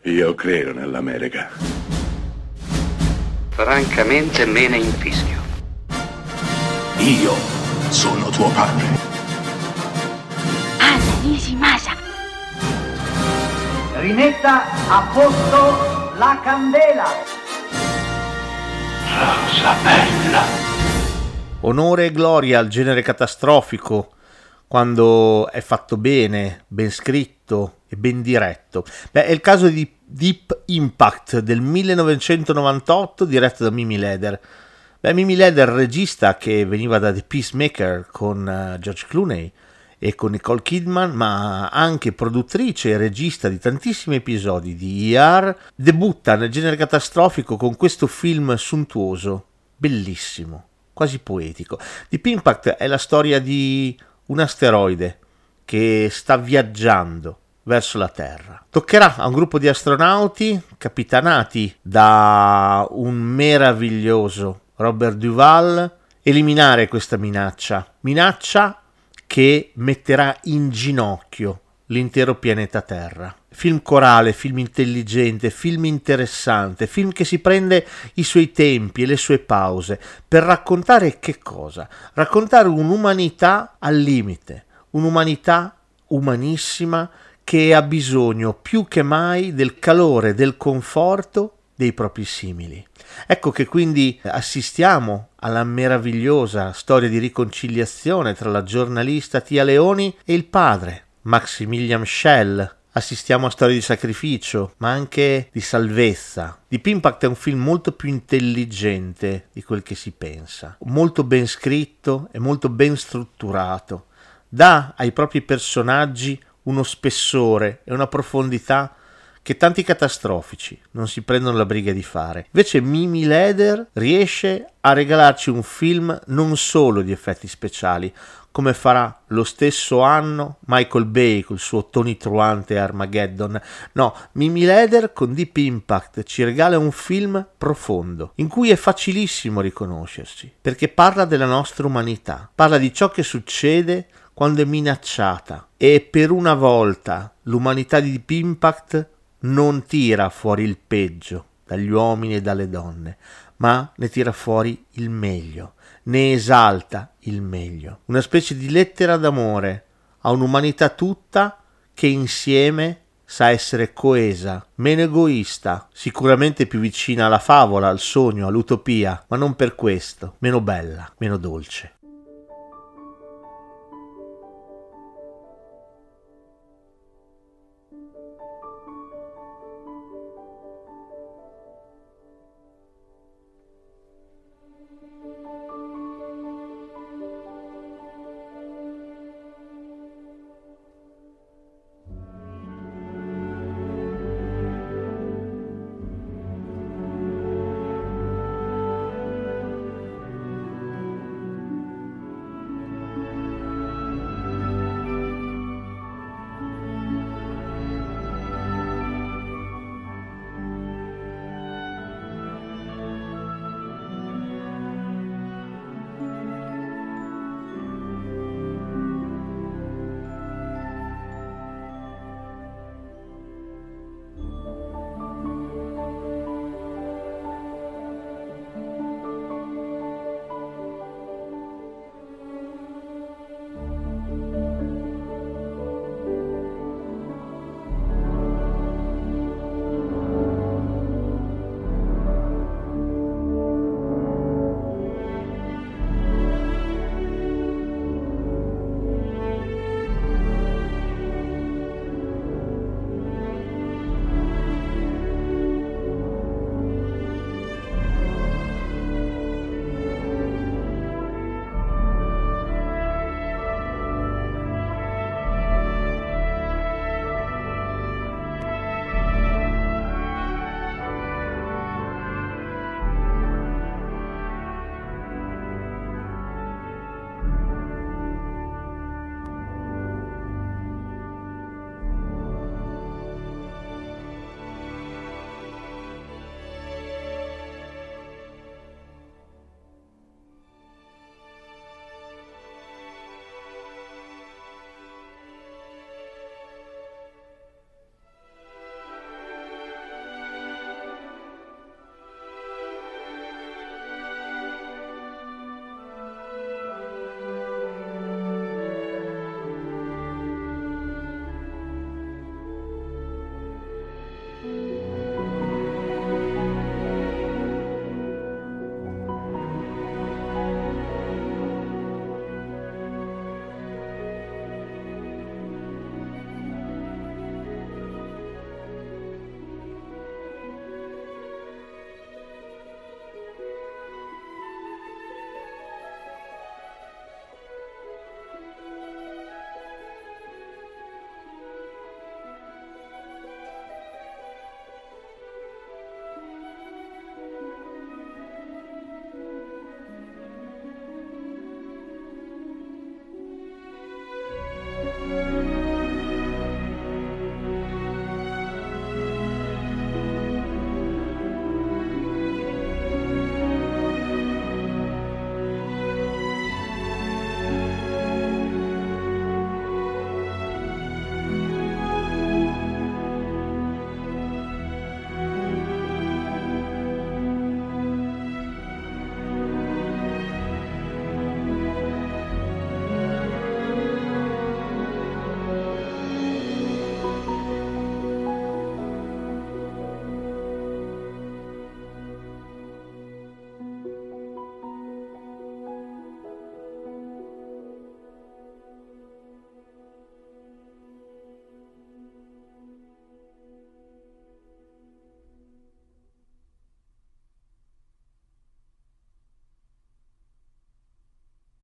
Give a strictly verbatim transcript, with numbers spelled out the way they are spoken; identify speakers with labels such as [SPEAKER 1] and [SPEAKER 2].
[SPEAKER 1] Io credo nell'America.
[SPEAKER 2] Francamente me ne infischio.
[SPEAKER 3] Io sono tuo padre.
[SPEAKER 4] Anna Nishimasa.
[SPEAKER 5] Rimetta a posto la candela.
[SPEAKER 3] Rosa bella.
[SPEAKER 6] Onore e gloria al genere catastrofico quando è fatto bene, ben scritto e ben diretto. Beh, è il caso di Deep Impact del millenovecentonovantotto, diretto da Mimi Leder. Beh, Mimi Leder, regista che veniva da The Peacemaker con uh, George Clooney e con Nicole Kidman, ma anche produttrice e regista di tantissimi episodi di E R, debutta nel genere catastrofico con questo film suntuoso, bellissimo, quasi poetico. Deep Impact è la storia di un asteroide che sta viaggiando verso la Terra. Toccherà a un gruppo di astronauti capitanati da un meraviglioso Robert Duvall eliminare questa minaccia, minaccia che metterà in ginocchio l'intero pianeta Terra. Film corale, film intelligente, film interessante, film che si prende i suoi tempi e le sue pause per raccontare che cosa? Raccontare un'umanità al limite, un'umanità umanissima che ha bisogno più che mai del calore, del conforto dei propri simili. Ecco che quindi assistiamo alla meravigliosa storia di riconciliazione tra la giornalista Tia Leoni e il padre, Maximilian Schell. Assistiamo a storie di sacrificio, ma anche di salvezza. Deep Impact è un film molto più intelligente di quel che si pensa, molto ben scritto e molto ben strutturato. Dà ai propri personaggi uno spessore e una profondità che tanti catastrofici non si prendono la briga di fare. Invece Mimi Leder riesce a regalarci un film non solo di effetti speciali, come farà lo stesso anno Michael Bay col suo tonitruante Armageddon. No, Mimi Leder con Deep Impact ci regala un film profondo, in cui è facilissimo riconoscerci, perché parla della nostra umanità, parla di ciò che succede quando è minacciata, e per una volta l'umanità di Deep Impact non tira fuori il peggio dagli uomini e dalle donne, ma ne tira fuori il meglio, ne esalta il meglio. Una specie di lettera d'amore a un'umanità tutta che insieme sa essere coesa, meno egoista, sicuramente più vicina alla favola, al sogno, all'utopia, ma non per questo meno bella, meno dolce.